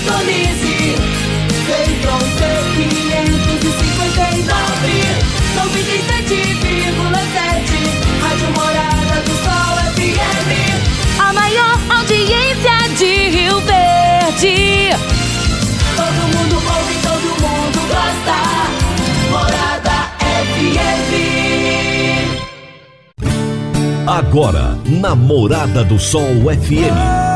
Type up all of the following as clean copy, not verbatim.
sintonize. Centron C559, 97,7, Rádio Morada do Sol FM. A maior audiência de Rio Verde. Todo mundo ouve, todo mundo gosta. Morada FM. Agora, na Morada do Sol FM.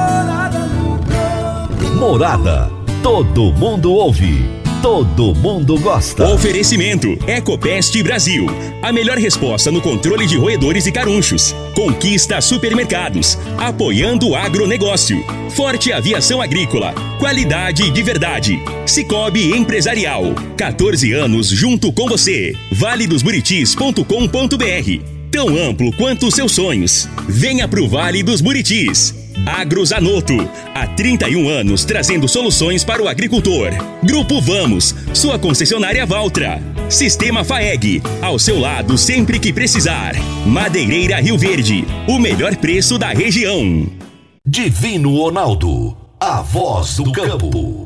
Morada. Todo mundo ouve. Todo mundo gosta. Oferecimento Ecopest Brasil. A melhor resposta no controle de roedores e carunchos. Conquista Supermercados. Apoiando o agronegócio. Forte Aviação Agrícola. Qualidade de verdade. Cicobi Empresarial. 14 anos junto com você. valedosburitis.com.br. Tão amplo quanto os seus sonhos. Venha pro Vale dos Buritis. Agrozanoto, há 31 anos trazendo soluções para o agricultor. Grupo Vamos, sua concessionária Valtra. Sistema FAEG, ao seu lado sempre que precisar. Madeireira Rio Verde, o melhor preço da região. Divino Ronaldo, a voz do campo.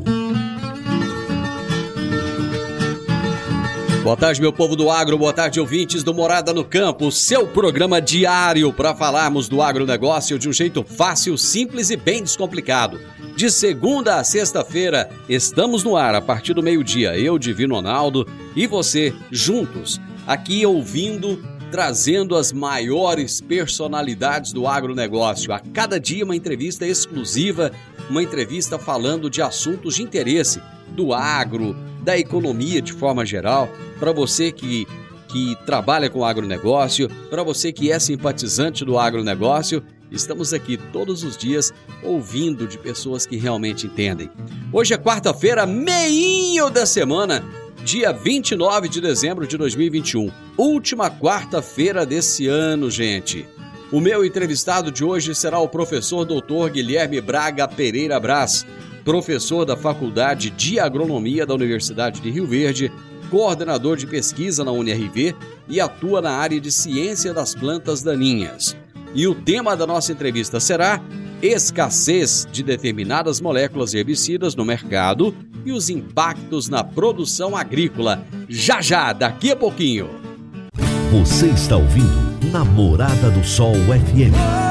Boa tarde, meu povo do agro, boa tarde, ouvintes do Morada no Campo, seu programa diário para falarmos do agronegócio de um jeito fácil, simples e bem descomplicado. De segunda a sexta-feira, estamos no ar a partir do meio-dia, eu, Divino Ronaldo, e você, juntos, aqui ouvindo, trazendo as maiores personalidades do agronegócio. A cada dia uma entrevista exclusiva, uma entrevista falando de assuntos de interesse do agro, da economia de forma geral, para você que trabalha com agronegócio, para você que é simpatizante do agronegócio, estamos aqui todos os dias ouvindo de pessoas que realmente entendem. Hoje é quarta-feira, meinho da semana, dia 29 de dezembro de 2021, última quarta-feira desse ano, gente. O meu entrevistado de hoje será o professor Dr. Guilherme Braga Pereira Braz, professor da Faculdade de Agronomia da Universidade de Rio Verde, coordenador de pesquisa na UniRV e atua na área de ciência das plantas daninhas. E o tema da nossa entrevista será escassez de determinadas moléculas herbicidas no mercado e os impactos na produção agrícola. Já, daqui a pouquinho. Você está ouvindo Namorada do Sol FM.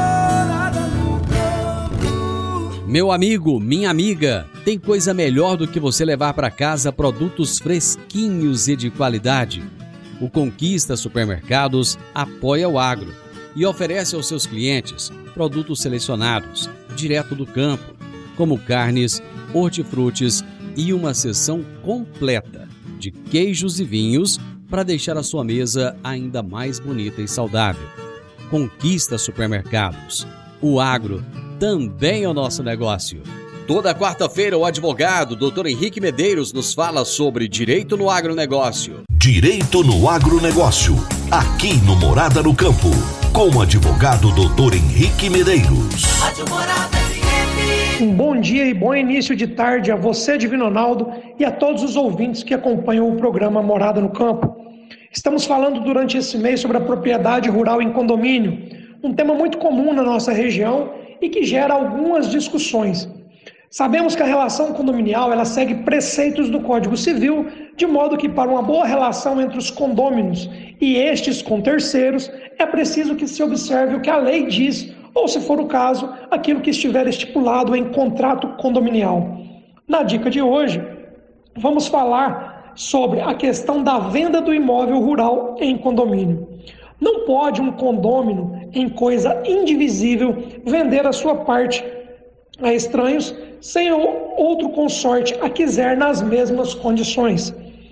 Meu amigo, minha amiga, tem coisa melhor do que você levar para casa produtos fresquinhos e de qualidade? O Conquista Supermercados apoia o agro e oferece aos seus clientes produtos selecionados, direto do campo, como carnes, hortifrutis e uma seção completa de queijos e vinhos para deixar a sua mesa ainda mais bonita e saudável. Conquista Supermercados. O agro também é o nosso negócio. Toda quarta-feira, o advogado Dr. Henrique Medeiros nos fala sobre direito no agronegócio. Direito no agronegócio, aqui no Morada no Campo, com o advogado Dr. Henrique Medeiros. Rádio Morada FM. Um bom dia e bom início de tarde a você, Divino Ronaldo, e a todos os ouvintes que acompanham o programa Morada no Campo. Estamos falando durante esse mês sobre a propriedade rural em condomínio, um tema muito comum na nossa região e que gera algumas discussões. Sabemos que a relação condominial ela segue preceitos do Código Civil, de modo que para uma boa relação entre os condôminos e estes com terceiros, é preciso que se observe o que a lei diz, ou se for o caso, aquilo que estiver estipulado em contrato condominial. Na dica de hoje, vamos falar sobre a questão da venda do imóvel rural em condomínio. Não pode um condômino, em coisa indivisível, vender a sua parte a estranhos sem outro consorte a quiser nas mesmas condições.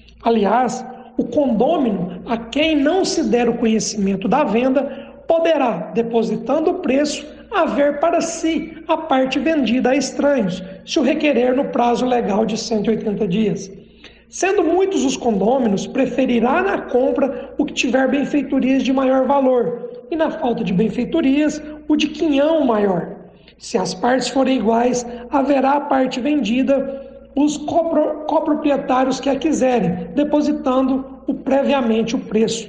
Aliás, o condômino a quem não se der o conhecimento da venda poderá, depositando o preço, haver para si a parte vendida a estranhos, se o requerer no prazo legal de 180 dias. Sendo muitos os condôminos, preferirá na compra o que tiver benfeitorias de maior valor, e na falta de benfeitorias, o de quinhão maior. Se as partes forem iguais, haverá a parte vendida os coproprietários que a quiserem, depositando previamente o preço.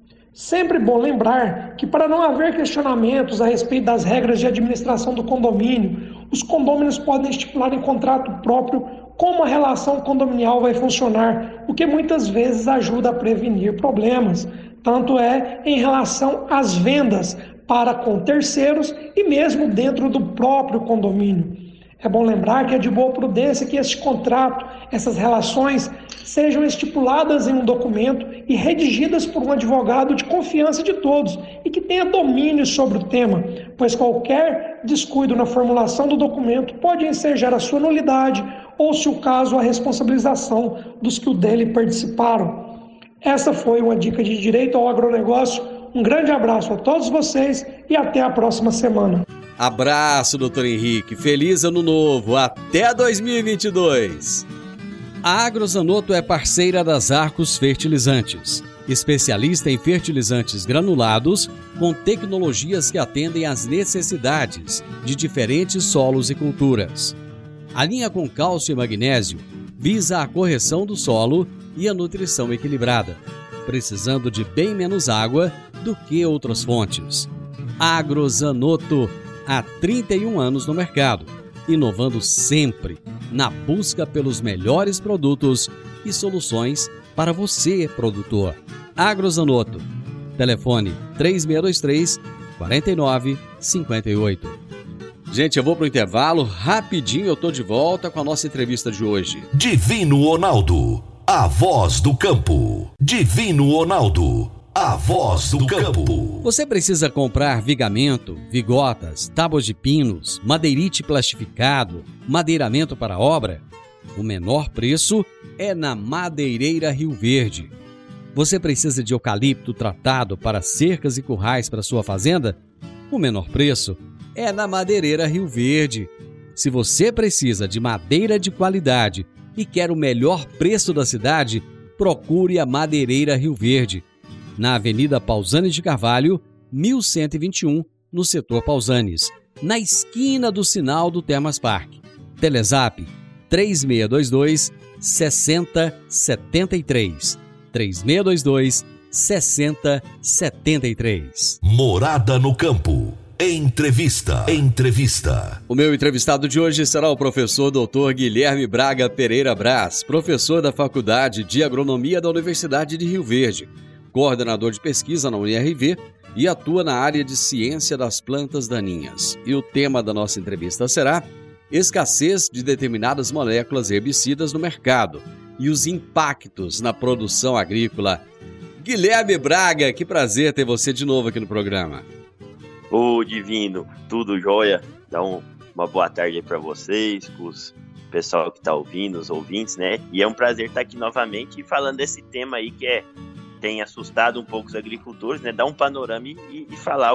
Sempre bom lembrar que, para não haver questionamentos a respeito das regras de administração do condomínio Os condôminos podem estipular em contrato próprio como a relação condominial vai funcionar, o que muitas vezes ajuda a prevenir problemas. Tanto é em relação às vendas para com terceiros e mesmo dentro do próprio condomínio. É bom lembrar que é de boa prudência que esse contrato, essas relações, sejam estipuladas em um documento e redigidas por um advogado de confiança de todos e que tenha domínio sobre o tema, pois qualquer descuido na formulação do documento pode ensejar a sua nulidade ou, se o caso, a responsabilização dos que o dele participaram. Essa foi uma dica de direito ao agronegócio. Um grande abraço a todos vocês e até a próxima semana. Abraço, doutor Henrique. Feliz ano novo. Até 2022. A Agrozanoto é parceira das Arcos Fertilizantes, especialista em fertilizantes granulados com tecnologias que atendem às necessidades de diferentes solos e culturas. A linha com cálcio e magnésio visa a correção do solo e a nutrição equilibrada, precisando de bem menos água do que outras fontes. Agrozanoto, há 31 anos no mercado, inovando sempre na busca pelos melhores produtos e soluções para você, produtor. Agrozanoto, telefone 3623-4958. Gente, eu vou pro intervalo, rapidinho eu tô de volta com a nossa entrevista de hoje. Divino Ronaldo, a voz do campo. Divino Ronaldo, a voz do campo. Você precisa comprar vigamento, vigotas, tábuas de pinos, madeirite plastificado, madeiramento para obra? O menor preço é na Madeireira Rio Verde. Você precisa de eucalipto tratado para cercas e currais para sua fazenda? O menor preço é na Madeireira Rio Verde. Se você precisa de madeira de qualidade e quer o melhor preço da cidade, procure a Madeireira Rio Verde, na Avenida Pausanes de Carvalho, 1121, no setor Pausanes, na esquina do sinal do Termas Park. Telezap 3622-6073. 3622-6073. Morada no campo. Entrevista. O meu entrevistado de hoje será o professor Dr. Guilherme Braga Pereira Braz, professor da Faculdade de Agronomia da Universidade de Rio Verde, coordenador de pesquisa na UniRV e atua na área de ciência das plantas daninhas. E o tema da nossa entrevista será escassez de determinadas moléculas herbicidas no mercado e os impactos na produção agrícola. Guilherme Braga, que prazer ter você de novo aqui no programa. Ô Divino, tudo jóia? Dá uma boa tarde aí para vocês, com o pessoal que tá ouvindo, os ouvintes, né? E é um prazer estar aqui novamente falando desse tema aí que tem assustado um pouco os agricultores, né? Dar um panorama e falar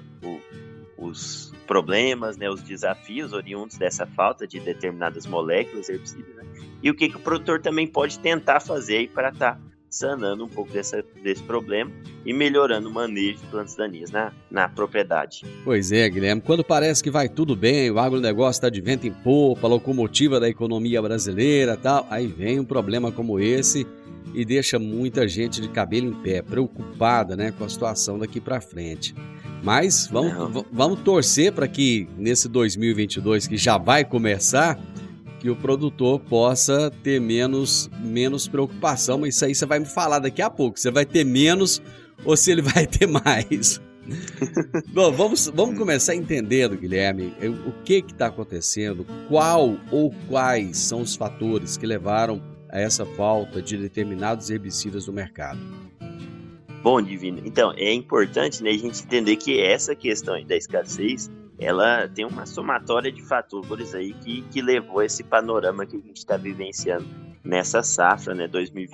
os problemas, né? Os desafios oriundos dessa falta de determinadas moléculas herbicidas, né? E o que o produtor também pode tentar fazer aí para estar sanando um pouco desse problema e melhorando o manejo de plantas daninhas na propriedade. Pois é, Guilherme, quando parece que vai tudo bem, o agronegócio está de vento em popa, a locomotiva da economia brasileira e tal, aí vem um problema como esse e deixa muita gente de cabelo em pé, preocupada, né, com a situação daqui para frente. Mas vamos torcer para que nesse 2022 que já vai começar, que o produtor possa ter menos preocupação, mas isso aí você vai me falar daqui a pouco, você vai ter menos ou se ele vai ter mais. Bom, vamos começar entendendo, Guilherme, o que está acontecendo, qual ou quais são os fatores que levaram a essa falta de determinados herbicidas no mercado. Bom, Divino, então é importante, né, a gente entender que essa questão aí da escassez, ela tem uma somatória de fatores aí que levou a esse panorama que a gente está vivenciando nessa safra, né,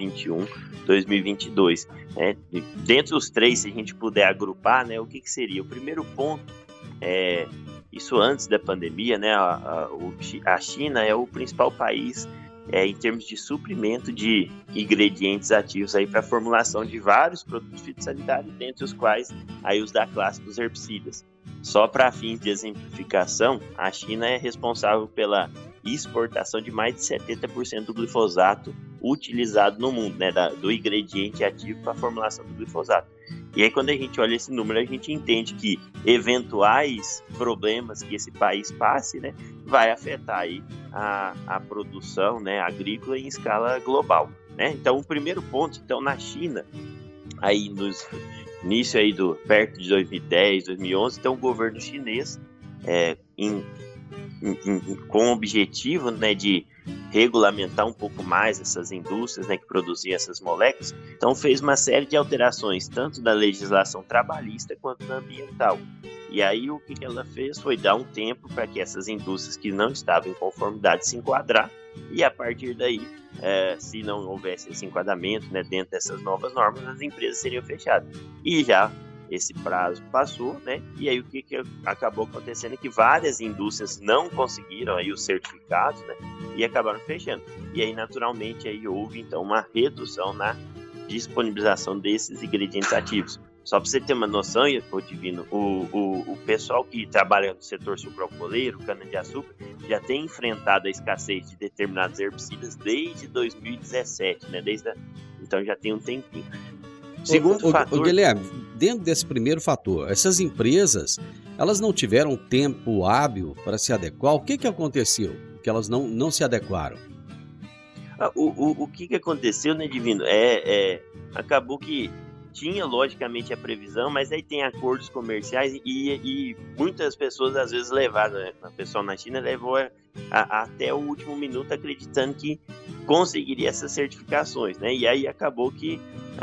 2021-2022. Né? Dentre os três, se a gente puder agrupar, né, o que seria? O primeiro ponto é, isso antes da pandemia, né, a China é o principal país em termos de suprimento de ingredientes ativos para a formulação de vários produtos fitossanitários, dentre os quais aí os da classe dos herbicidas. Só para fins de exemplificação, a China é responsável pela exportação de mais de 70% do glifosato utilizado no mundo, né, do ingrediente ativo para a formulação do glifosato. E aí, quando a gente olha esse número, a gente entende que eventuais problemas que esse país passe, né, vai afetar aí a produção, né, agrícola em escala global, né? Então, o primeiro ponto, então, na China, aí nos início aí perto de 2010, 2011, então o governo chinês, com o objetivo, né, de regulamentar um pouco mais essas indústrias, né, que produziam essas moléculas, então fez uma série de alterações, tanto da legislação trabalhista quanto da ambiental. E aí o que ela fez foi dar um tempo para que essas indústrias que não estavam em conformidade se enquadrar, e a partir daí, se não houvesse esse enquadramento, né, dentro dessas novas normas, as empresas seriam fechadas. E já esse prazo passou, né? E aí o que acabou acontecendo é que várias indústrias não conseguiram aí os certificados, né? E acabaram fechando. E aí, naturalmente, aí houve então uma redução na disponibilização desses ingredientes ativos. Só para você ter uma noção, Divino, o pessoal que trabalha no setor sucroalcooleiro, cana-de-açúcar, já tem enfrentado a escassez de determinados herbicidas desde 2017, né? Então já tem um tempinho. Segundo fator... Guilherme, dentro desse primeiro fator, essas empresas, elas não tiveram tempo hábil para se adequar? O que aconteceu que elas não se adequaram? O que aconteceu, né, Divino? Acabou que tinha, logicamente, a previsão, mas aí tem acordos comerciais e muitas pessoas, às vezes, levaram, né? O pessoal na China levou até o último minuto acreditando que conseguiria essas certificações, né? E aí acabou que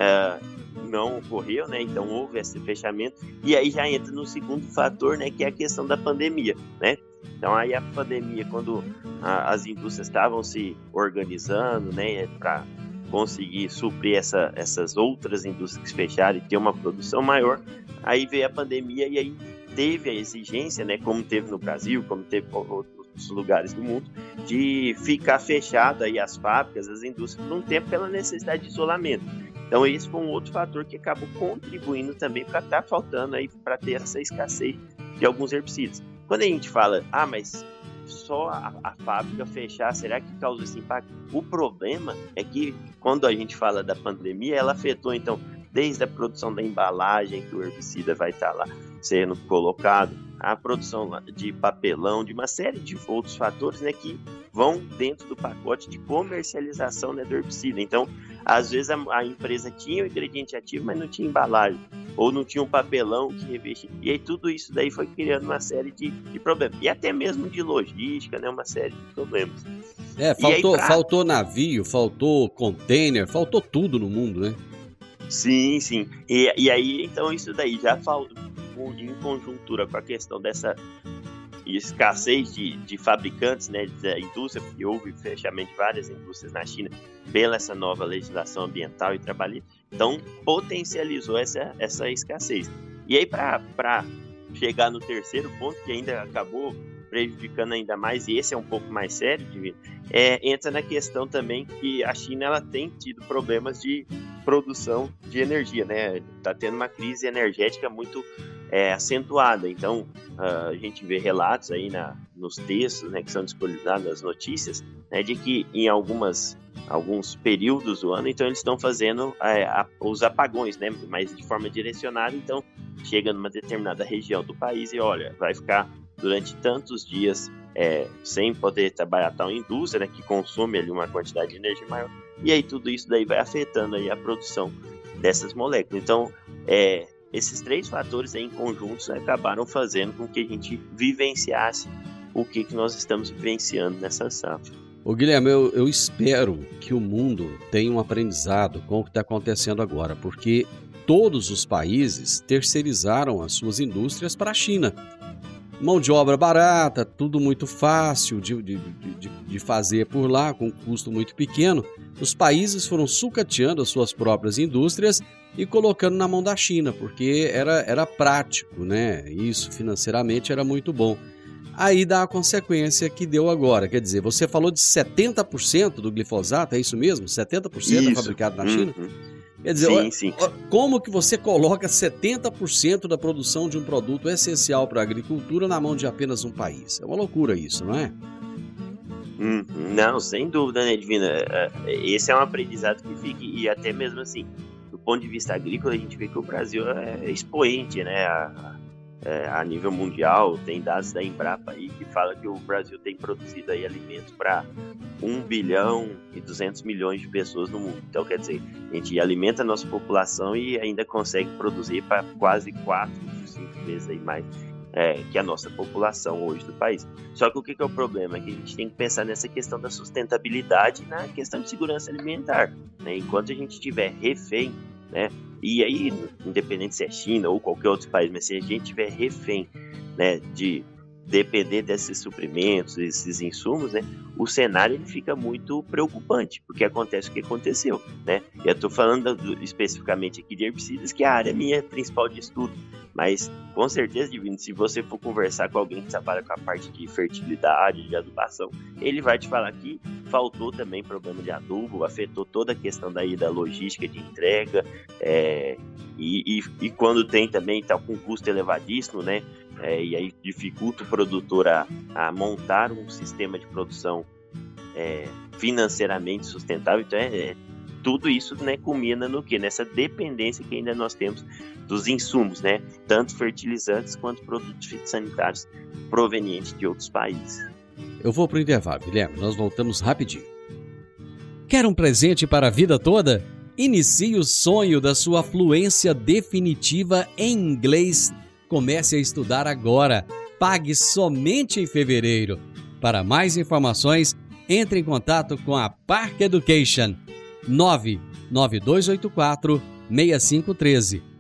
não ocorreu, né? Então houve esse fechamento e aí já entra no segundo fator, né? Que é a questão da pandemia, né? Então aí a pandemia, quando as indústrias estavam se organizando, né? Para conseguir suprir essas outras indústrias que fecharam e ter uma produção maior, aí veio a pandemia e aí teve a exigência, né? Como teve no Brasil, como teve em outros lugares do mundo, de ficar fechado aí as fábricas, as indústrias, por um tempo pela necessidade de isolamento. Então esse foi um outro fator que acabou contribuindo também para estar faltando aí, para ter essa escassez de alguns herbicidas. Quando a gente fala, mas só a fábrica fechar, será que causa esse impacto? O problema é que quando a gente fala da pandemia, ela afetou então desde a produção da embalagem que o herbicida vai estar lá sendo colocado, a produção de papelão, de uma série de outros fatores, né, que vão dentro do pacote de comercialização, né, do herbicida. Então, às vezes a empresa tinha o ingrediente ativo, mas não tinha embalagem, ou não tinha um papelão que revestia. E aí tudo isso daí foi criando uma série de problemas. E até mesmo de logística, né, uma série de problemas. Faltou navio, faltou container, faltou tudo no mundo, né? Sim. E aí, então, isso daí já faltou em conjuntura com a questão dessa escassez de fabricantes, né, da indústria, porque houve fechamento de várias indústrias na China pela essa nova legislação ambiental e trabalhista, então potencializou essa escassez. E aí, para chegar no terceiro ponto, que ainda acabou prejudicando ainda mais, e esse é um pouco mais sério, Divino, entra na questão também que a China ela tem tido problemas de produção de energia, né? Está tendo uma crise energética muito acentuada. Então, a gente vê relatos aí nos textos, né, que são disponibilizados nas notícias, né, de que em alguns períodos do ano, então eles estão fazendo os apagões, né, mas de forma direcionada. Então, chega numa determinada região do país e olha, vai ficar durante tantos dias sem poder trabalhar tal indústria, né, que consome ali uma quantidade de energia maior, e aí tudo isso daí vai afetando aí a produção dessas moléculas. Então, esses três fatores aí em conjuntos, né, acabaram fazendo com que a gente vivenciasse o que nós estamos vivenciando nessa safra. Ô Guilherme, eu espero que o mundo tenha um aprendizado com o que está acontecendo agora, porque todos os países terceirizaram as suas indústrias para a China. Mão de obra barata, tudo muito fácil de fazer por lá, com um custo muito pequeno. Os países foram sucateando as suas próprias indústrias e colocando na mão da China, porque era prático, né? Isso financeiramente era muito bom. Aí dá a consequência que deu agora. Quer dizer, você falou de 70% do glifosato, é isso mesmo? 70% é fabricado na China? Quer dizer, sim. Como que você coloca 70% da produção de um produto essencial para a agricultura na mão de apenas um país? É uma loucura isso, não é? Não, sem dúvida, né, Divina? Esse é um aprendizado que fica, e até mesmo assim, do ponto de vista agrícola, a gente vê que o Brasil é expoente, né, a nível mundial. Tem dados da Embrapa aí que fala que o Brasil tem produzido aí alimentos para 1 bilhão e 200 milhões de pessoas no mundo. Então, quer dizer, a gente alimenta a nossa população e ainda consegue produzir para quase 4, 5 vezes aí mais que a nossa população hoje do país. Só que o que é o problema? É que a gente tem que pensar nessa questão da sustentabilidade e na questão de segurança alimentar, né? Enquanto a gente estiver refém, né? E aí, independente se é China ou qualquer outro país, mas se a gente estiver refém, né, de depender desses suprimentos, desses insumos, né, o cenário ele fica muito preocupante, porque acontece o que aconteceu, né? E eu estou falando especificamente aqui de herbicidas, que é a área minha principal de estudo, mas com certeza, Divino, se você for conversar com alguém que trabalha com a parte de fertilidade, de adubação, ele vai te falar que faltou também problema de adubo, afetou toda a questão daí da logística de entrega, e quando tem também, está com custo elevadíssimo, né? E aí dificulta o produtor a montar um sistema de produção financeiramente sustentável. Então tudo isso, né, culmina no quê? Nessa dependência que ainda nós temos dos insumos, né? Tanto fertilizantes quanto produtos fitossanitários provenientes de outros países. Eu vou pro intervalo, Guilherme, nós voltamos rapidinho. Quer um presente para a vida toda? Inicie o sonho da sua fluência definitiva em inglês. Comece a estudar agora. Pague somente em fevereiro. Para mais informações, entre em contato com a Park Education. 99284-6513.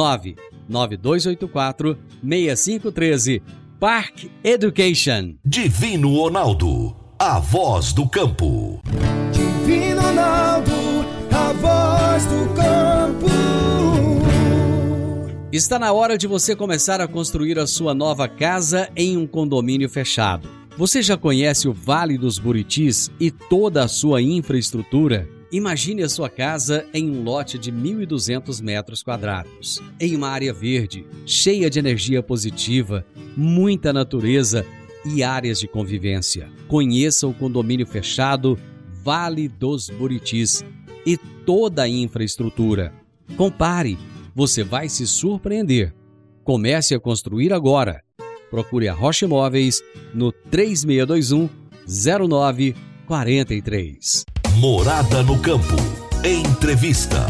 99284-6513. Park Education. Divino Ronaldo, a voz do campo. Divino Ronaldo, a voz do campo. Está na hora de você começar a construir a sua nova casa em um condomínio fechado. Você já conhece o Vale dos Buritis e toda a sua infraestrutura? Imagine a sua casa em um lote de 1.200 metros quadrados, em uma área verde, cheia de energia positiva, muita natureza e áreas de convivência. Conheça o condomínio fechado Vale dos Buritis e toda a infraestrutura. Compare, você vai se surpreender. Comece a construir agora. Procure a Rocha Imóveis no 3621-0943. Morada no campo. Entrevista.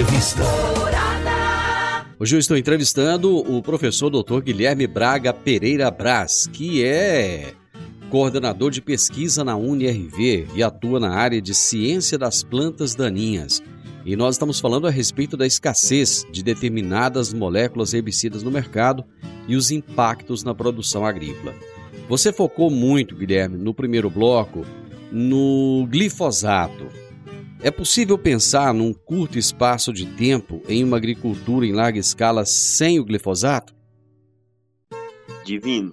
Hoje eu estou entrevistando o professor Dr. Guilherme Braga Pereira Braz, que é coordenador de pesquisa na UniRV e atua na área de ciência das plantas daninhas. E nós estamos falando a respeito da escassez de determinadas moléculas herbicidas no mercado e os impactos na produção agrícola. Você focou muito, Guilherme, no primeiro bloco, no glifosato. É possível pensar num curto espaço de tempo em uma agricultura em larga escala sem o glifosato? Divino,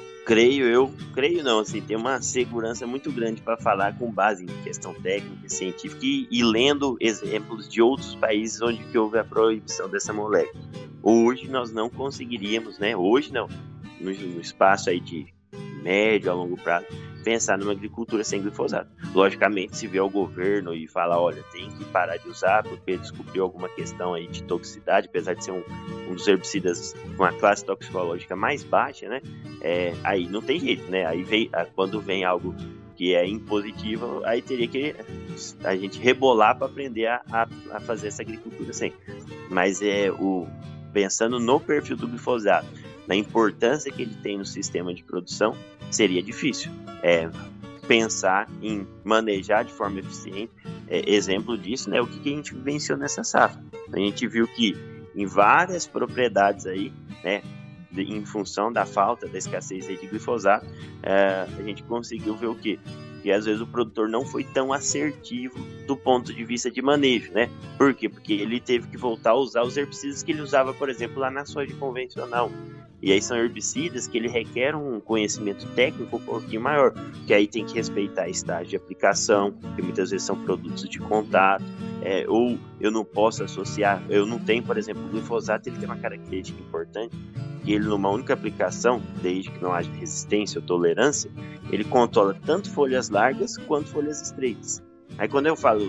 creio não, assim, tem uma segurança muito grande para falar com base em questão técnica e científica e lendo exemplos de outros países onde que houve a proibição dessa molécula. Hoje nós não conseguiríamos, né? Hoje não, no espaço aí de médio a longo prazo, pensar numa agricultura sem glifosato. Logicamente, se vier o governo e falar, olha, tem que parar de usar porque descobriu alguma questão aí de toxicidade, apesar de ser um dos herbicidas com a classe toxicológica mais baixa, né? Aí não tem jeito, né? Aí quando vem algo que é impositivo, aí teria que a gente rebolar para aprender a fazer essa agricultura sem. Mas pensando no perfil do glifosato, na importância que ele tem no sistema de produção, seria difícil pensar em manejar de forma eficiente. Exemplo disso, né, o que a gente vivenciou nessa safra. A gente viu que em várias propriedades aí, né, em função da falta, da escassez de glifosato, a gente conseguiu ver o quê? Que às vezes o produtor não foi tão assertivo do ponto de vista de manejo, né? Por quê? Porque ele teve que voltar a usar os herbicidas que ele usava, por exemplo, lá na soja convencional. E aí são herbicidas que ele requer um conhecimento técnico um pouquinho maior, que aí tem que respeitar a estágio de aplicação, que muitas vezes são produtos de contato, ou eu não posso associar, eu não tenho, por exemplo, o glifosato, ele tem uma característica importante, que ele numa única aplicação, desde que não haja resistência ou tolerância, ele controla tanto folhas largas quanto folhas estreitas. Aí quando eu falo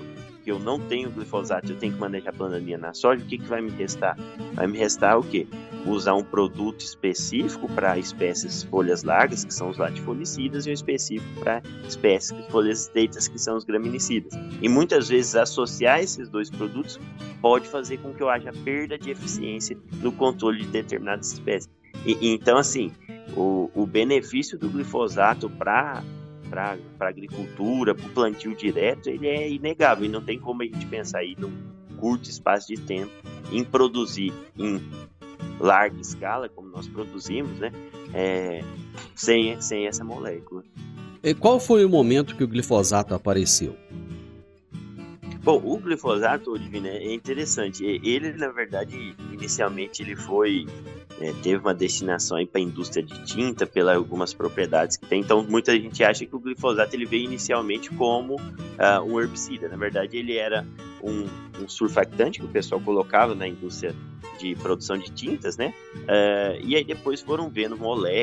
que eu não tenho glifosato, eu tenho que manejar a planta na soja, o que vai me restar? Vai me restar o quê? Usar um produto específico para espécies folhas largas, que são os latifoliicidas, e um específico para espécies de folhas estreitas, que são os graminicidas. E muitas vezes associar esses dois produtos pode fazer com que eu haja perda de eficiência no controle de determinadas espécies. Então, assim, o benefício do glifosato para a agricultura, para o plantio direto, ele é inegável, e não tem como a gente pensar aí num curto espaço de tempo em produzir em larga escala, como nós produzimos, né, sem essa molécula. E qual foi o momento que o glifosato apareceu? Bom, o glifosato, Divino, é interessante. Ele, na verdade, inicialmente ele teve uma destinação para a indústria de tinta, pelas algumas propriedades que tem. Então, muita gente acha que o glifosato ele veio inicialmente como um herbicida. Na verdade, ele era um surfactante que o pessoal colocava na indústria de produção de tintas, né? E aí depois foram vendo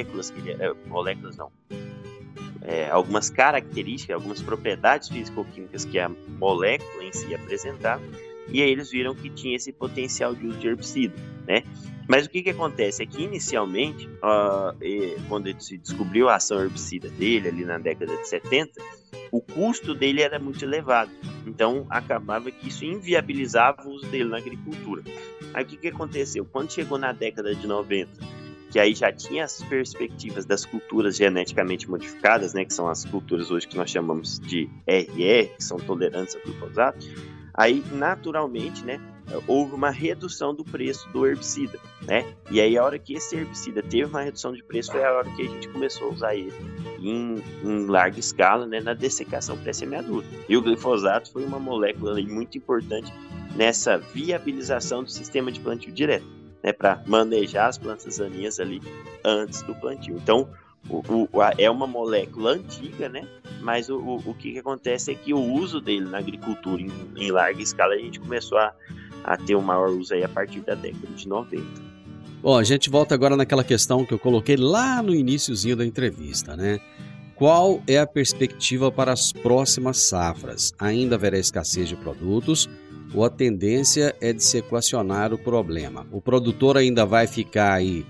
algumas características, algumas propriedades físico-químicas que a molécula em si apresentava, e aí eles viram que tinha esse potencial de uso de herbicida, né? Mas o que acontece é que inicialmente, quando se descobriu a ação herbicida dele, ali na década de 70, o custo dele era muito elevado, então acabava que isso inviabilizava o uso dele na agricultura. Aí o que aconteceu? Quando chegou na década de 90, que aí já tinha as perspectivas das culturas geneticamente modificadas, né, que são as culturas hoje que nós chamamos de RR, que são tolerantes ao glifosato, aí naturalmente, né, houve uma redução do preço do herbicida, né, e aí a hora que esse herbicida teve uma redução de preço foi a hora que a gente começou a usar ele em larga escala, né, na dessecação pré-semeadura. E o glifosato foi uma molécula ali muito importante nessa viabilização do sistema de plantio direto, né, para manejar as plantas daninhas ali antes do plantio. Então, é uma molécula antiga, né, mas o que acontece é que o uso dele na agricultura em larga escala, a gente começou a ter um maior uso aí a partir da década de 90. Bom, a gente volta agora naquela questão que eu coloquei lá no iniciozinho da entrevista, né? Qual é a perspectiva para as próximas safras? Ainda haverá escassez de produtos ou a tendência é de se equacionar o problema? O produtor ainda vai ficar aí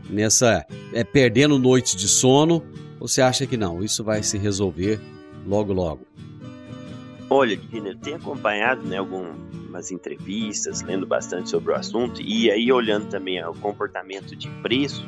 perdendo noites de sono, ou você acha que não, isso vai se resolver logo logo? Olha, Divino, eu tenho acompanhado, né, algumas entrevistas, lendo bastante sobre o assunto, e aí olhando também o comportamento de preço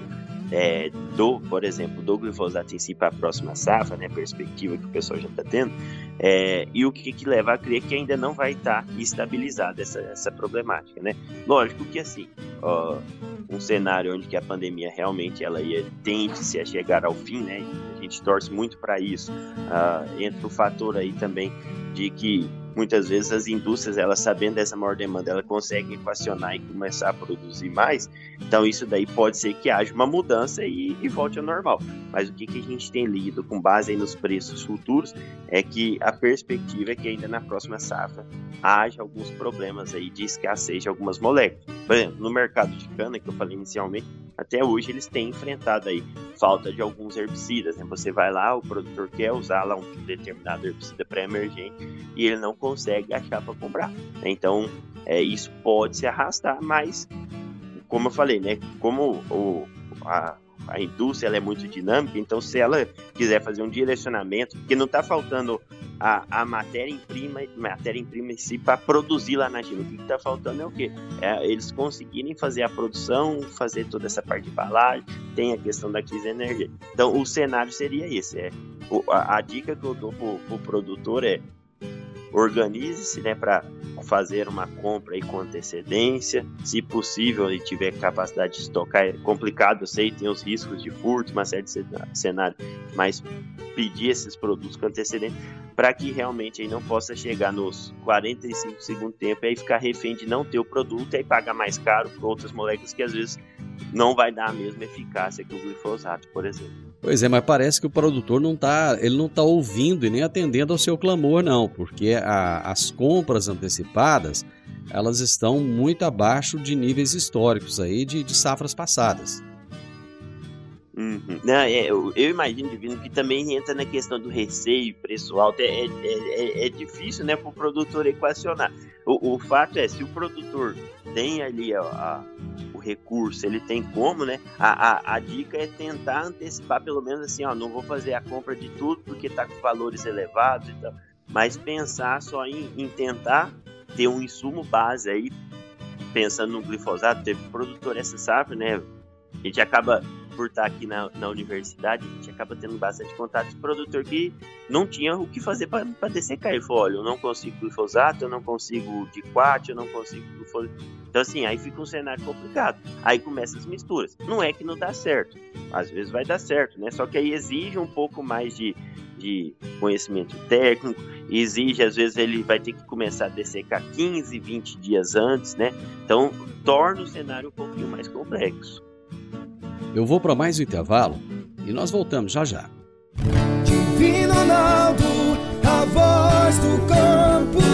por exemplo, do glifosato em si para a próxima safra, né, a perspectiva que o pessoal já está tendo, e o que leva a crer que ainda não vai estar estabilizada essa problemática, né? Lógico que assim, um cenário onde que a pandemia realmente ela tende-se a chegar ao fim, né? A gente torce muito para isso. Entra o fator aí também de que muitas vezes as indústrias, elas sabendo dessa maior demanda, elas conseguem equacionar e começar a produzir mais. Então isso daí pode ser que haja uma mudança e volte ao normal. Mas o que a gente tem lido com base aí nos preços futuros é que a perspectiva é que ainda na próxima safra haja alguns problemas aí de escassez de algumas moléculas. Por exemplo, no mercado de cana, que eu falei inicialmente, até hoje eles têm enfrentado aí falta de alguns herbicidas, né? Você vai lá, o produtor quer usar lá um determinado herbicida pré-emergente e ele não consegue achar para comprar. Então, isso pode se arrastar, mas, como eu falei, né? Como a indústria ela é muito dinâmica, então se ela quiser fazer um direcionamento, porque não está faltando a matéria-prima em si para produzir lá na China. O que está faltando é o quê? Eles conseguirem fazer a produção, fazer toda essa parte de embalagem, tem a questão da crise energética. Então, o cenário seria esse. A dica que eu dou para o produtor é: organize-se, né, para fazer uma compra aí com antecedência. Se possível, ele tiver capacidade de estocar, é complicado, eu sei, tem os riscos de furto, uma série de cenários, mas pedir esses produtos com antecedência para que realmente aí não possa chegar nos 45 segundos tempo e aí ficar refém de não ter o produto e aí pagar mais caro por outras moléculas que às vezes não vai dar a mesma eficácia que o glifosato, por exemplo. Pois é, mas parece que o produtor não tá ouvindo e nem atendendo ao seu clamor, não, porque as compras antecipadas, elas estão muito abaixo de níveis históricos aí de safras passadas. Uhum. Não, eu imagino, Divino, que também entra na questão do receio, preço alto. É difícil, né, para o produtor equacionar. O fato é, se o produtor tem ali o recurso, ele tem como, né? A dica é tentar antecipar, pelo menos assim, não vou fazer a compra de tudo porque está com valores elevados e tal, mas pensar só em tentar ter um insumo base aí, pensando no glifosato. Teve produtor essa safra, né? A gente acaba, por estar aqui na universidade, a gente acaba tendo bastante contato com o produtor que não tinha o que fazer para dessecar. Ele falou, olha, eu não consigo glifosato, eu não consigo diquat, eu não consigo glifosato. Então assim, aí fica um cenário complicado. Aí começam as misturas. Não é que não dá certo, às vezes vai dar certo, né? Só que aí exige um pouco mais de conhecimento técnico, exige, às vezes ele vai ter que começar a dessecar 15, 20 dias antes, né? Então torna o cenário um pouquinho mais complexo. Eu vou para mais um intervalo e nós voltamos já já. Divino Ronaldo, a voz do campo.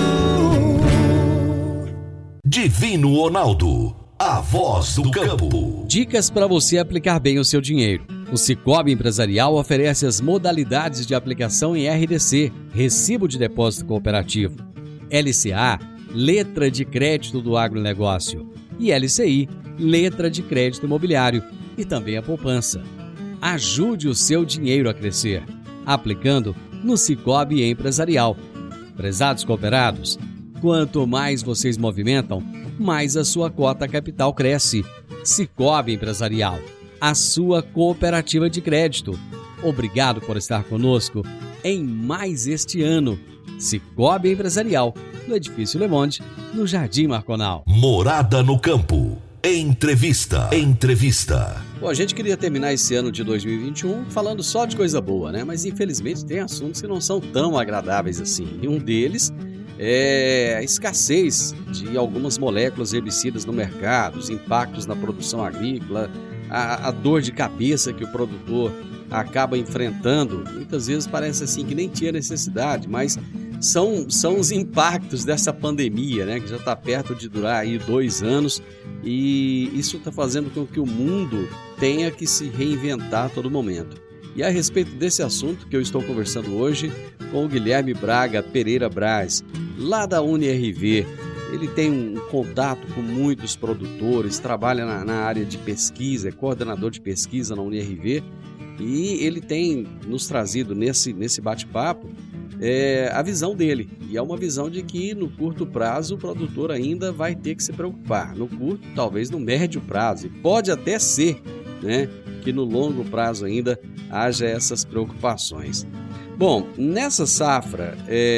Divino Ronaldo, a voz do campo. Dicas para você aplicar bem o seu dinheiro. O Sicoob Empresarial oferece as modalidades de aplicação em RDC, Recibo de Depósito Cooperativo, LCA, Letra de Crédito do Agronegócio, e LCI, Letra de Crédito Imobiliário, e também a poupança. Ajude o seu dinheiro a crescer, aplicando no Sicoob Empresarial. Prezados cooperados, quanto mais vocês movimentam, mais a sua cota capital cresce. Sicoob Empresarial, a sua cooperativa de crédito. Obrigado por estar conosco em mais este ano. Sicoob Empresarial, no Edifício Le Monde, no Jardim Marconal. Morada no Campo. Entrevista. Bom, a gente queria terminar esse ano de 2021 falando só de coisa boa, né? Mas infelizmente tem assuntos que não são tão agradáveis assim. E um deles é a escassez de algumas moléculas herbicidas no mercado, os impactos na produção agrícola, a dor de cabeça que o produtor acaba enfrentando. Muitas vezes parece assim que nem tinha necessidade, mas são os impactos dessa pandemia, né, que já está perto de durar aí 2 anos, e isso está fazendo com que o mundo tenha que se reinventar a todo momento. E a respeito desse assunto que eu estou conversando hoje com o Guilherme Braga Pereira Braz, lá da UniRV. Ele tem um contato com muitos produtores, trabalha na área de pesquisa, é coordenador de pesquisa na UniRV, e ele tem nos trazido nesse bate-papo a visão dele. E é uma visão de que no curto prazo o produtor ainda vai ter que se preocupar. No curto, talvez no médio prazo. E pode até ser, né, que no longo prazo ainda haja essas preocupações. Bom, nessa safra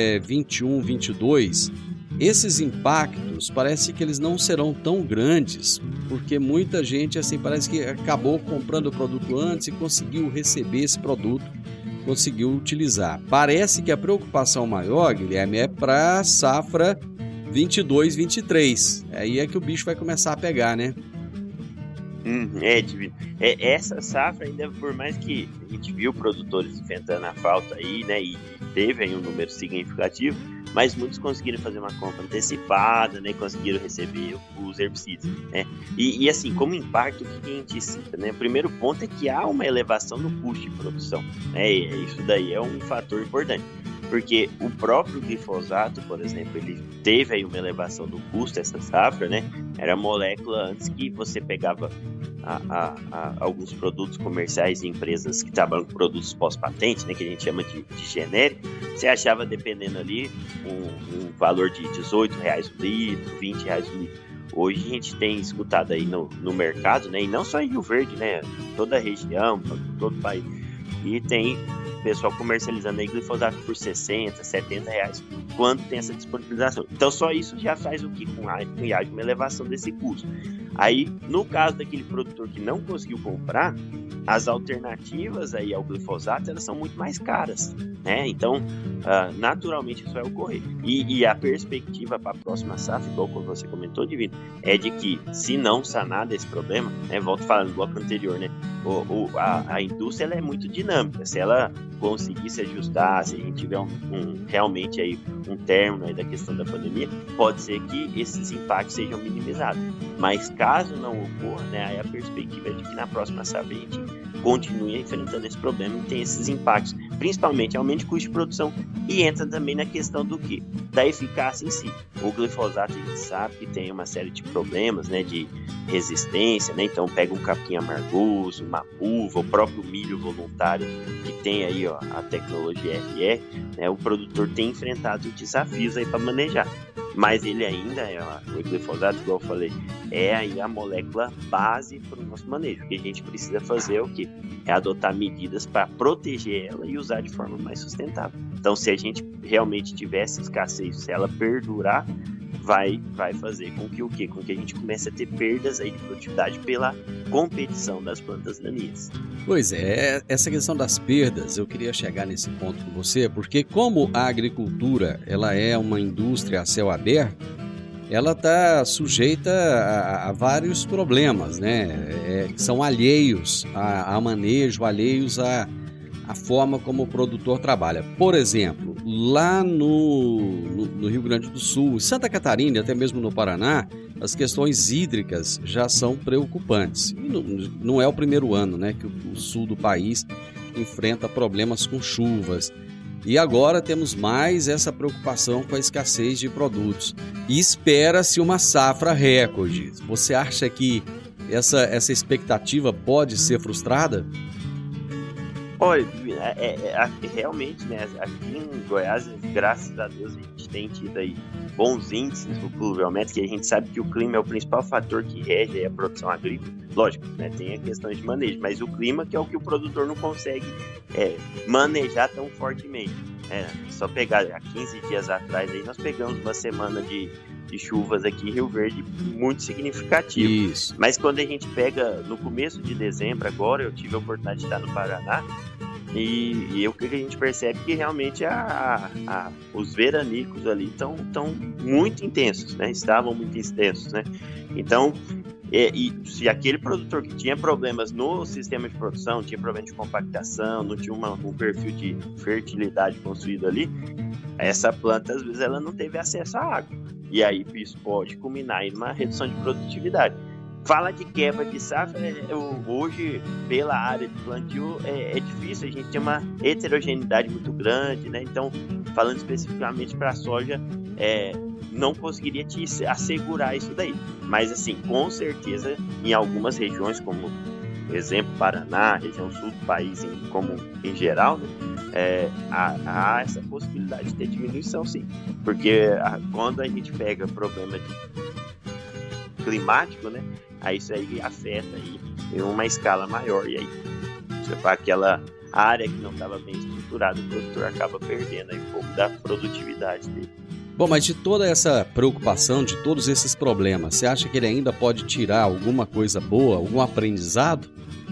21-22, esses impactos parece que eles não serão tão grandes, porque muita gente assim parece que acabou comprando o produto antes e conseguiu receber esse produto, conseguiu utilizar. Parece que a preocupação maior, Guilherme, é para a safra 22-23. Aí é que o bicho vai começar a pegar, né? Divino. Essa safra ainda, por mais que a gente viu produtores enfrentando a falta aí, né, e teve aí um número significativo, mas muitos conseguiram fazer uma compra antecipada, né, conseguiram receber os herbicidas, né, e assim, como impacto, o que a gente cita, né, o primeiro ponto é que há uma elevação no custo de produção, né, e isso daí é um fator importante. Porque o próprio glifosato, por exemplo, ele teve aí uma elevação do custo essa safra, né? Era molécula antes que você pegava alguns produtos comerciais e empresas que trabalham com produtos pós-patente, né? Que a gente chama de genérico. Você achava, dependendo ali, um valor de R$18 o litro, R$20 o litro. Hoje a gente tem escutado aí no mercado, né? E não só em Rio Verde, né? Toda a região, todo o país. E tem pessoal comercializando aí glifosato por R$60, R$70 quando tem essa disponibilização. Então só isso já faz o que com IAG, uma elevação desse custo. Aí, no caso daquele produtor que não conseguiu comprar, as alternativas aí ao glifosato, elas são muito mais caras, né? Então, naturalmente isso vai ocorrer. E a perspectiva para a próxima safra, igual como você comentou, Divino, é de que, se não sanar desse problema, né, volto falando no bloco anterior, né, a indústria ela é muito dinâmica. Se ela conseguir se ajustar, se a gente tiver realmente aí um término aí da questão da pandemia, pode ser que esses impactos sejam minimizados. Mas caso não ocorra, né, aí a perspectiva é de que na próxima safra a gente continue enfrentando esse problema e tem esses impactos, principalmente aumento de custo de produção, e entra também na questão do quê? Da eficácia em si. O glifosato, a gente sabe que tem uma série de problemas, né, de resistência, né? Então pega um capim amargoso, uma uva, o próprio milho voluntário que tem aí, ó, a tecnologia FE, né? O produtor tem enfrentado desafios aí para manejar, mas ele ainda o glifosato, igual eu falei, é aí a molécula base para o nosso manejo. O que a gente precisa fazer é o quê? É adotar medidas para proteger ela e usar de forma mais sustentável. Então, se a gente realmente tiver essa escassez, se ela perdurar, vai fazer com que o quê? Com que a gente comece a ter perdas aí de produtividade pela competição das plantas daninhas. Pois é, essa questão das perdas, eu queria chegar nesse ponto com você, porque como a agricultura ela é uma indústria a céu aberto, ela está sujeita a vários problemas, né? Que são alheios a manejo, alheios a forma como o produtor trabalha. Por exemplo, lá no Rio Grande do Sul, Santa Catarina e até mesmo no Paraná, as questões hídricas já são preocupantes. E não é o primeiro ano, né, que o sul do país enfrenta problemas com chuvas. E agora temos mais essa preocupação com a escassez de produtos. E espera-se uma safra recorde. Você acha que essa expectativa pode ser frustrada? Olha, realmente, né, aqui em Goiás, graças a Deus, a gente tem tido aí bons índices no pluviométrico, que a gente sabe que o clima é o principal fator que rege a produção agrícola. Lógico, né, tem a questão de manejo, mas o clima que é o que o produtor não consegue manejar tão fortemente. Só pegar, há 15 dias atrás, aí nós pegamos uma semana de chuvas aqui em Rio Verde muito significativo. Isso. Mas quando a gente pega no começo de dezembro, agora eu tive a oportunidade de estar no Paraná, e o que a gente percebe que realmente os veranicos ali estão muito intensos, né? Estavam muito intensos, né? Então, se aquele produtor que tinha problemas no sistema de produção, tinha problema de compactação, não tinha um perfil de fertilidade construído ali, essa planta às vezes ela não teve acesso à água, e aí isso pode culminar em uma redução de produtividade. Fala de quebra de safra, hoje, pela área de plantio, é difícil, a gente tem uma heterogeneidade muito grande, né? Então, falando especificamente para a soja, não conseguiria te assegurar isso daí. Mas, assim, com certeza, em algumas regiões, como, por exemplo, Paraná, região sul do país, como em geral, né? Há essa possibilidade de ter diminuição, sim. Porque quando a gente pega problema climático, né? Aí isso aí afeta aí em uma escala maior, e aí para aquela área que não estava bem estruturada, o produtor acaba perdendo aí um pouco da produtividade dele. Bom, mas de toda essa preocupação, de todos esses problemas, você acha que ele ainda pode tirar alguma coisa boa, algum aprendizado?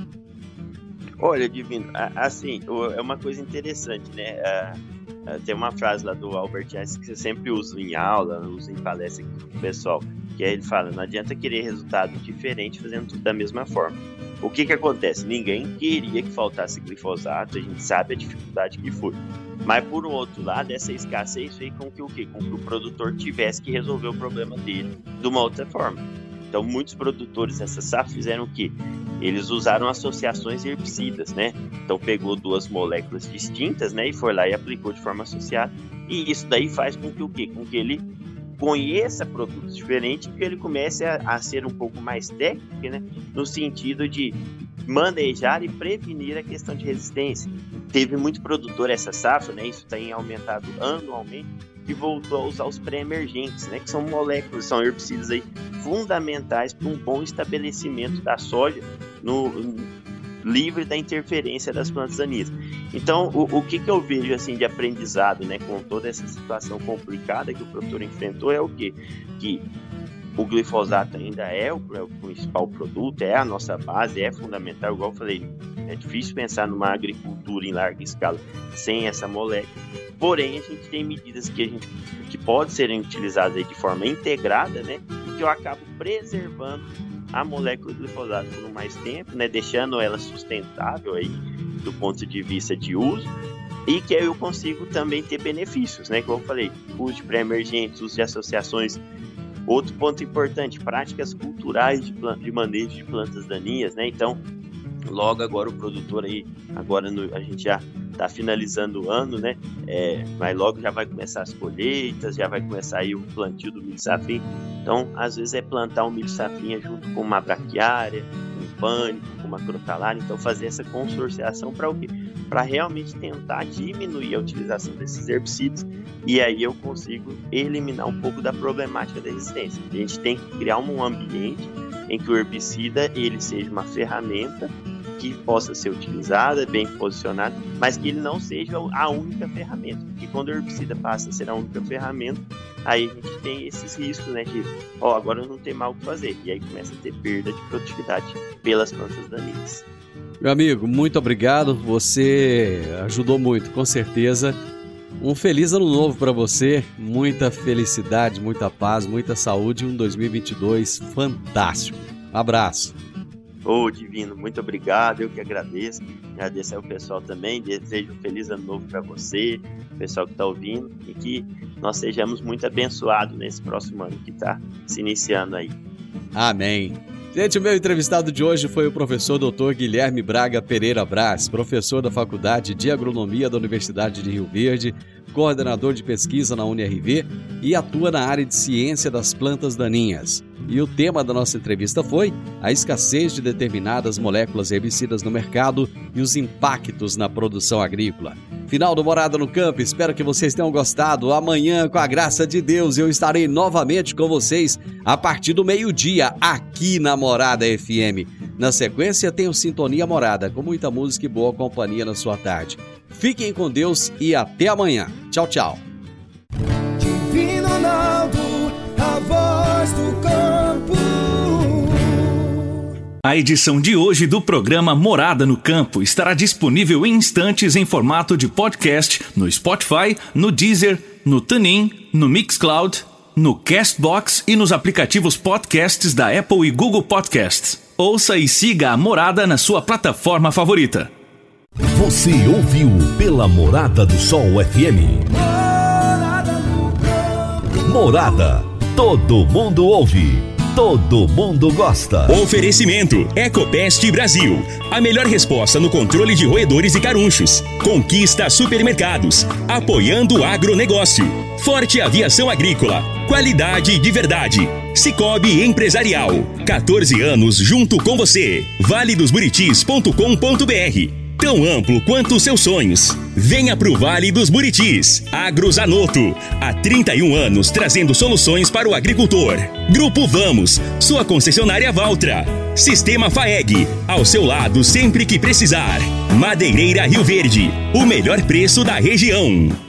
Olha, Divino, assim, é uma coisa interessante, né? Tem uma frase lá do Albert Einstein que eu sempre uso em aula, uso em palestra aqui com o pessoal, que aí ele fala, não adianta querer resultado diferente fazendo tudo da mesma forma. O que acontece? Ninguém queria que faltasse glifosato, a gente sabe a dificuldade que foi. Mas por um outro lado, essa escassez fez com que o produtor tivesse que resolver o problema dele de uma outra forma. Então muitos produtores nessa safra fizeram o quê? Eles usaram associações herbicidas, né? Então pegou duas moléculas distintas, né? E foi lá e aplicou de forma associada. E isso daí faz com que o quê? Com que ele conheça produtos diferentes e que ele comece a ser um pouco mais técnico, né? No sentido de manejar e prevenir a questão de resistência. Teve muito produtor essa safra, né? Isso tem aumentado anualmente, que voltou a usar os pré-emergentes, né? Que são moléculas, são herbicidas aí fundamentais para um bom estabelecimento da soja livre da interferência das plantas daninhas. Então, o que eu vejo assim de aprendizado, né, com toda essa situação complicada que o produtor enfrentou é o quê? Que o glifosato ainda é o principal produto, é a nossa base, é fundamental, igual eu falei, é difícil pensar numa agricultura em larga escala sem essa molécula, porém a gente tem medidas que podem serem utilizadas aí de forma integrada, né, e que eu acabo preservando a molécula do glifosato por mais tempo, né, deixando ela sustentável aí do ponto de vista de uso, e que aí eu consigo também ter benefícios, né, como eu falei, uso de pré-emergentes, uso de associações. Outro ponto importante, práticas culturais de manejo de plantas daninhas, né? Então, logo agora o produtor aí, a gente já está finalizando o ano, né? Mas logo já vai começar as colheitas, já vai começar aí o plantio do milho safrinha. Então, às vezes é plantar um milho safrinha junto com uma braquiária, um pânico, com uma crotalária. Então, fazer essa consorciação para o quê? Para realmente tentar diminuir a utilização desses herbicidas, e aí eu consigo eliminar um pouco da problemática da resistência. A gente tem que criar um ambiente em que o herbicida ele seja uma ferramenta que possa ser utilizada, bem posicionada, mas que ele não seja a única ferramenta, porque quando o herbicida passa a ser a única ferramenta, aí a gente tem esses riscos, né, de, agora não tem mais o que fazer, e aí começa a ter perda de produtividade pelas plantas daninhas. Meu amigo, muito obrigado, você ajudou muito, com certeza. Um feliz ano novo para você, muita felicidade, muita paz, muita saúde, um 2022 fantástico. Abraço. Divino, muito obrigado, eu que agradeço ao pessoal também, desejo um feliz ano novo para você, pessoal que está ouvindo, e que nós sejamos muito abençoados nesse próximo ano que está se iniciando aí. Amém. Gente, o meu entrevistado de hoje foi o professor Dr. Guilherme Braga Pereira Braz, professor da Faculdade de Agronomia da Universidade de Rio Verde, coordenador de pesquisa na UniRV e atua na área de ciência das plantas daninhas. E o tema da nossa entrevista foi a escassez de determinadas moléculas herbicidas no mercado e os impactos na produção agrícola. Final do Morada no Campo, espero que vocês tenham gostado. Amanhã, com a graça de Deus, eu estarei novamente com vocês a partir do meio-dia, aqui na Morada FM. Na sequência, tem o Sintonia Morada, com muita música e boa companhia na sua tarde. Fiquem com Deus e até amanhã. Tchau, tchau. Divino Ronaldo, a voz do campo. A edição de hoje do programa Morada no Campo estará disponível em instantes em formato de podcast no Spotify, no Deezer, no TuneIn, no Mixcloud, no Castbox e nos aplicativos podcasts da Apple e Google Podcasts. Ouça e siga a Morada na sua plataforma favorita. Você ouviu pela Morada do Sol FM. Morada. Todo mundo ouve. Todo mundo gosta. Oferecimento Ecopest Brasil. A melhor resposta no controle de roedores e carunchos. Conquista Supermercados. Apoiando o agronegócio. Forte Aviação Agrícola. Qualidade de verdade. Cicobi Empresarial. 14 anos junto com você. valedosburitis.com.br. Tão amplo quanto os seus sonhos. Venha pro Vale dos Buritis. Agrozanoto. Há 31 anos trazendo soluções para o agricultor. Grupo Vamos, sua concessionária Valtra. Sistema FAEG, ao seu lado sempre que precisar. Madeireira Rio Verde, o melhor preço da região.